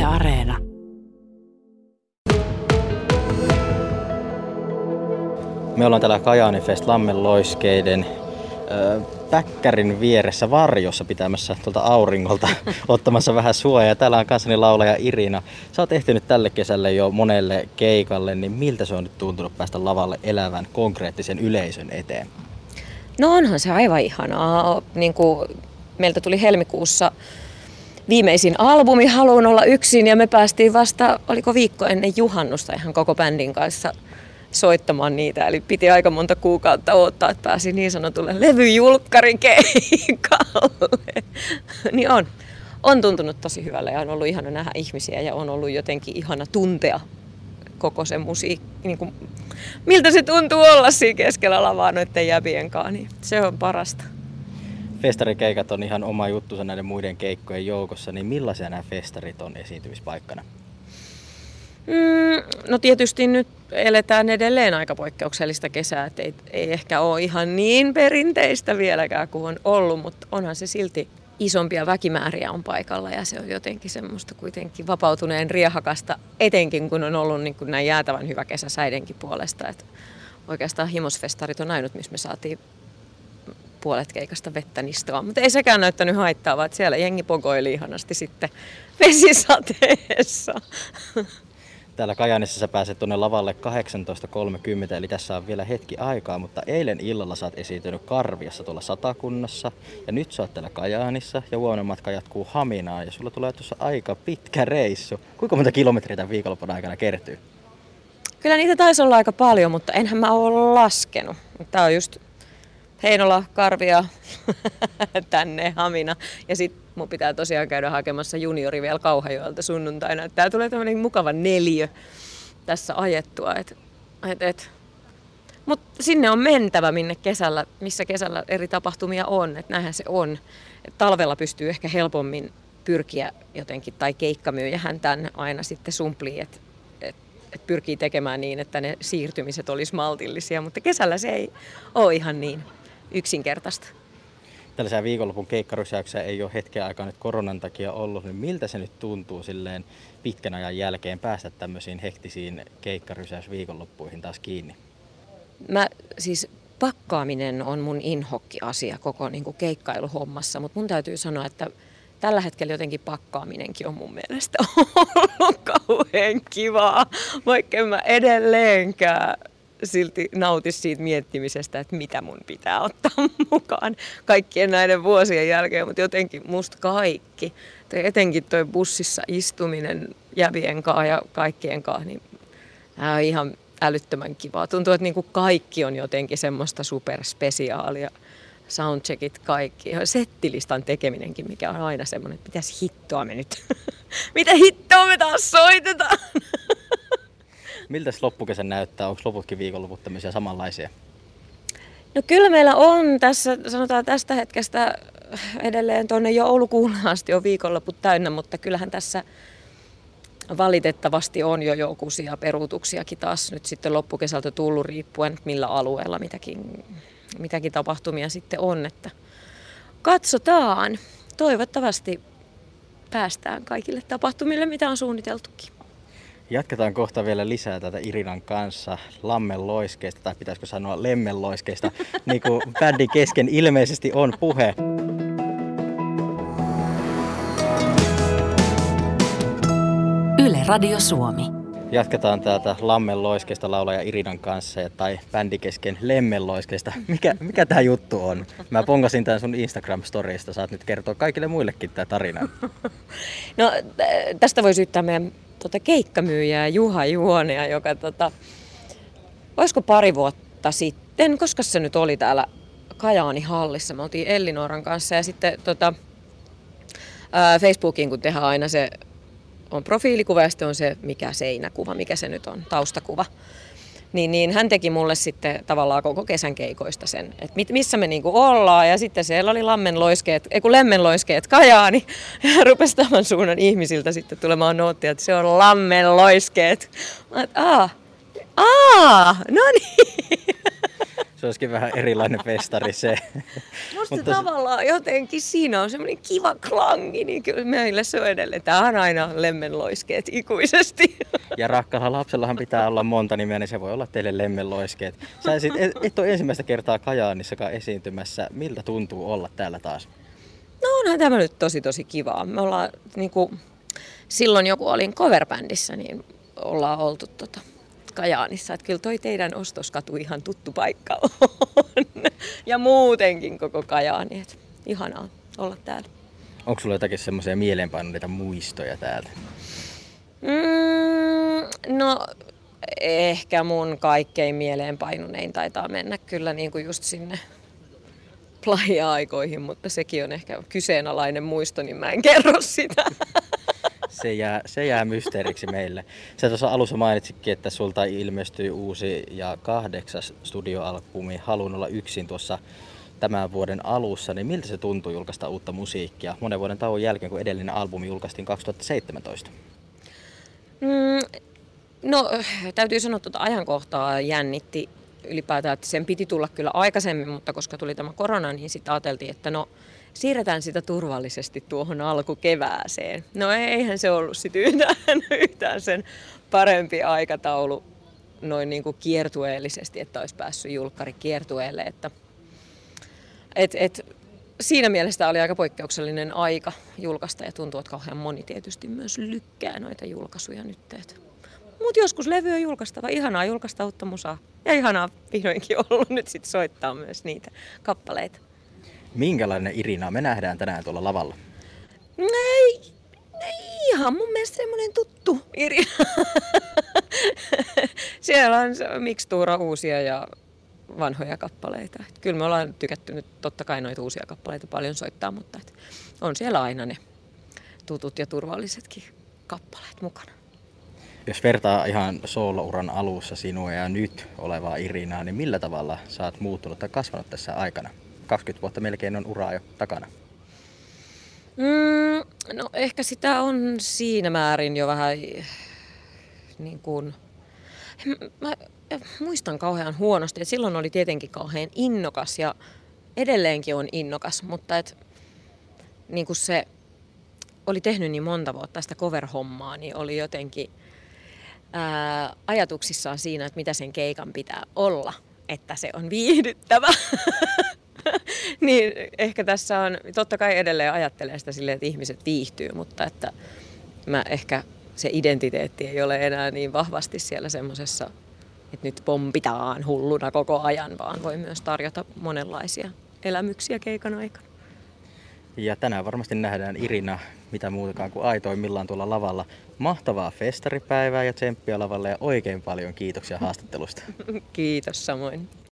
Areena. Me ollaan täällä Kajaani-fest Lammenloiskeiden päkkärin vieressä varjossa pitämässä tuolta auringolta ottamassa vähän suojaa. Täällä on kanssani laulaja Irina. Sä oot ehtinyt tälle kesälle jo monelle keikalle, niin miltä se on nyt tuntunut päästä lavalle elävän konkreettisen yleisön eteen? No onhan se aivan ihanaa. Niin kuin meiltä tuli helmikuussa viimeisin albumi Haluun olla yksin ja me päästiin vasta, oliko viikko ennen juhannusta ihan koko bändin kanssa soittamaan niitä. Eli piti aika monta kuukautta odottaa, että pääsi niin sanotulle levyjulkkarin keikalle. Niin on tuntunut tosi hyvälle ja on ollut ihana nähdä ihmisiä ja on ollut jotenkin ihana tuntea koko se musiikki. Niin kuin, miltä se tuntuu olla siinä keskellä lavaa noiden jäbien kanssa, niin se on parasta. Festarikeikat on ihan oma juttusa näiden muiden keikkojen joukossa, niin millaisia nämä festarit on esiintymispaikkana? No tietysti nyt eletään edelleen aika poikkeuksellista kesää, että ei ehkä ole ihan niin perinteistä vieläkään kuin on ollut, mutta onhan se silti isompia väkimääriä on paikalla ja se on jotenkin semmoista kuitenkin vapautuneen riehakasta, etenkin kun on ollut niin kuin näin jäätävän hyvä kesä säidenkin puolesta. Että oikeastaan Himosfestarit on ainut, missä me saatiin puolet keikasta vettä nistoa, mutta ei sekään näyttänyt haittaa, vaan siellä jengi pogoili ihanasti sitten vesisateessa. Täällä Kajaanissa sä pääset tuonne lavalle 18.30, eli tässä on vielä hetki aikaa, mutta eilen illalla sä oot esiintynyt Karviassa tuolla Satakunnassa, ja nyt sä oot täällä Kajaanissa, ja huomenna matka jatkuu Haminaan, ja sulla tulee tuossa aika pitkä reissu. Kuinka monta kilometriä tämän viikonlopun aikana kertyy? Kyllä niitä taisi olla aika paljon, mutta enhän mä ole laskenut. Tää on just Heinola, Karvia, tänne Hamina. Ja sitten mun pitää tosiaan käydä hakemassa juniori vielä Kauhajoelta sunnuntaina. Tää tulee tämmöinen mukava 4 tässä ajettua. Mutta sinne on mentävä, missä kesällä eri tapahtumia on. Et näinhän se on. Et talvella pystyy ehkä helpommin pyrkiä jotenkin, tai keikkamyyjähän tän aina sitten sumplii, että pyrkii tekemään niin, että ne siirtymiset olisi maltillisia. Mutta kesällä se ei ole ihan niin yksinkertaista. Tällaisia viikonlopun keikkarysäyksiä ei ole hetken aikaa nyt koronan takia ollut, niin miltä se nyt tuntuu silleen pitkän ajan jälkeen päästä tämmöisiin hektisiin keikkarysäysviikonloppuihin taas kiinni? Siis pakkaaminen on mun inhokki-asia koko niin kuin keikkailuhommassa, mutta mun täytyy sanoa, että tällä hetkellä jotenkin pakkaaminenkin on mun mielestä ollut kauhean kivaa, vaikka en mä edelleenkään silti nauti siitä miettimisestä, että mitä mun pitää ottaa mukaan kaikkien näiden vuosien jälkeen, mutta jotenkin musta kaikki, etenkin toi bussissa istuminen jävien kanssa ja kaikkien kanssa, niin tämä on ihan älyttömän kivaa. Tuntuu, että niinku kaikki on jotenkin semmoista superspesiaalia. Soundcheckit kaikki. Settilistan tekeminenkin, mikä on aina semmoinen, että mitäs hittoa me nyt, mitä hittoa me taas soitetaan. Miltäs loppukesän näyttää? Onko loputkin viikonloput tämmöisiä samanlaisia? No kyllä meillä on tässä, sanotaan tästä hetkestä edelleen tuonne jo joulukuun asti on viikonloput täynnä, mutta kyllähän tässä valitettavasti on jo jokuisia peruutuksiakin taas nyt sitten loppukesältä tullut riippuen millä alueella mitäkin tapahtumia sitten on, että katsotaan. Toivottavasti päästään kaikille tapahtumille, mitä on suunniteltukin. Jatketaan kohta vielä lisää tätä Irinan kanssa Lammenloiskeista, tai pitäisikö sanoa Lemmenloiskeista, niin kuin bändin kesken ilmeisesti on puhe. Yle Radio Suomi. Jatketaan täältä Lammenloiskeista laulaja Irinan kanssa tai bändin kesken Lemmenloiskeista. Mikä tää juttu on? Mä pongasin tän sun Instagram-storista. Saat nyt kertoa kaikille muillekin tää tarina. No tästä voi syyttää meidän keikkamyyjää Juha Juonea, joka olisiko pari vuotta sitten, koska se nyt oli täällä Kajaani-hallissa. Me oltiin Ellinoran kanssa ja sitten Facebookiin kun tehdään aina se on profiilikuva ja sitten on se mikä seinäkuva, mikä se nyt on, taustakuva. Niin hän teki mulle sitten tavallaan koko kesän keikoista sen, että missä me niinku ollaan. Ja sitten siellä oli Lemmenloiskeet Kajaani. Ja rupesi tämän suunnan ihmisiltä sitten tulemaan noottia, että se on Lammenloiskeet. Mä oon, no niin. Se olisikin vähän erilainen festari se. Musta tavallaan jotenkin siinä on semmoinen kiva klangi, niin kyllä meille se on edelleen. Tää on aina lemmenloiskeet ikuisesti. Ja rakkaalla lapsellahan pitää olla monta nimeä, niin se voi olla teille lemmenloiskeet. Sä et ole ensimmäistä kertaa Kajaanissakaan esiintymässä. Miltä tuntuu olla täällä taas? No onhan tämä nyt tosi kivaa. Me ollaan silloin joku olin coverbändissä, niin ollaan oltu Kajaanissa. Että kyllä toi teidän ostoskatu ihan tuttu paikka on. Ja muutenkin koko Kajaani. Et ihanaa olla täällä. Onko sulla jotakin semmoisia mieleenpainuneita muistoja täältä? No ehkä mun kaikkein mieleenpainunein taitaa mennä kyllä niin kuin just sinne playa-aikoihin, mutta sekin on ehkä kyseenalainen muisto, niin mä en kerro sitä. Se jää mysteeriksi meille. Sä tuossa alussa mainitsitkin, että sulta ilmestyi uusi ja 8. studioalbumi Haluun olla yksin tuossa tämän vuoden alussa. Niin miltä se tuntuu julkaista uutta musiikkia monen vuoden tauon jälkeen, kun edellinen albumi julkaistiin 2017? No täytyy sanoa, että ajankohtaa jännitti ylipäätään, että sen piti tulla kyllä aikaisemmin, mutta koska tuli tämä korona, niin sitten ajateltiin, että no siirretään sitä turvallisesti tuohon alkukevääseen. No eihän se ollut sitten yhtään sen parempi aikataulu noin niin kuin kiertueellisesti, että olisi päässyt julkkari kiertueelle. Että siinä mielessä oli aika poikkeuksellinen aika julkaista ja tuntuu, että kauhean moni tietysti myös lykkää noita julkaisuja nyt. Mutta joskus levy on julkaistava. Ihanaa julkaista uutta musaa. Ja ihanaa vihdoinkin ollut nyt sit soittaa myös niitä kappaleita. Minkälainen Irina me nähdään tänään tuolla lavalla? Ei ihan mun mielestä semmoinen tuttu Irina. Siellä on mikstuura uusia ja vanhoja kappaleita. Kyllä me ollaan tykätty nyt totta kai noita uusia kappaleita paljon soittaa, mutta on siellä aina ne tutut ja turvallisetkin kappaleet mukana. Jos vertaa ihan soolouran alussa sinua ja nyt olevaa Irinaa, niin millä tavalla sä oot muuttunut tai kasvanut tässä aikana? 20 vuotta melkein on uraa jo takana. No ehkä sitä on siinä määrin jo vähän niin kuin, mä muistan kauhean huonosti, että silloin oli tietenkin kauhean innokas ja edelleenkin on innokas, mutta niin kuin se oli tehnyt niin monta vuotta sitä cover-hommaa, niin oli jotenkin ajatuksissaan siinä, että mitä sen keikan pitää olla, että se on viihdyttävä. Niin ehkä tässä on, totta kai edelleen ajattelee sitä silleen, että ihmiset viihtyy, mutta että mä ehkä se identiteetti ei ole enää niin vahvasti siellä semmosessa, että nyt pompitaan hulluna koko ajan, vaan voi myös tarjota monenlaisia elämyksiä keikan aikana. Ja tänään varmasti nähdään Irina mitä muutakaan kuin aitoimmillaan tuolla lavalla. Mahtavaa festaripäivää ja tsemppiä lavalle ja oikein paljon kiitoksia haastattelusta. Kiitos samoin.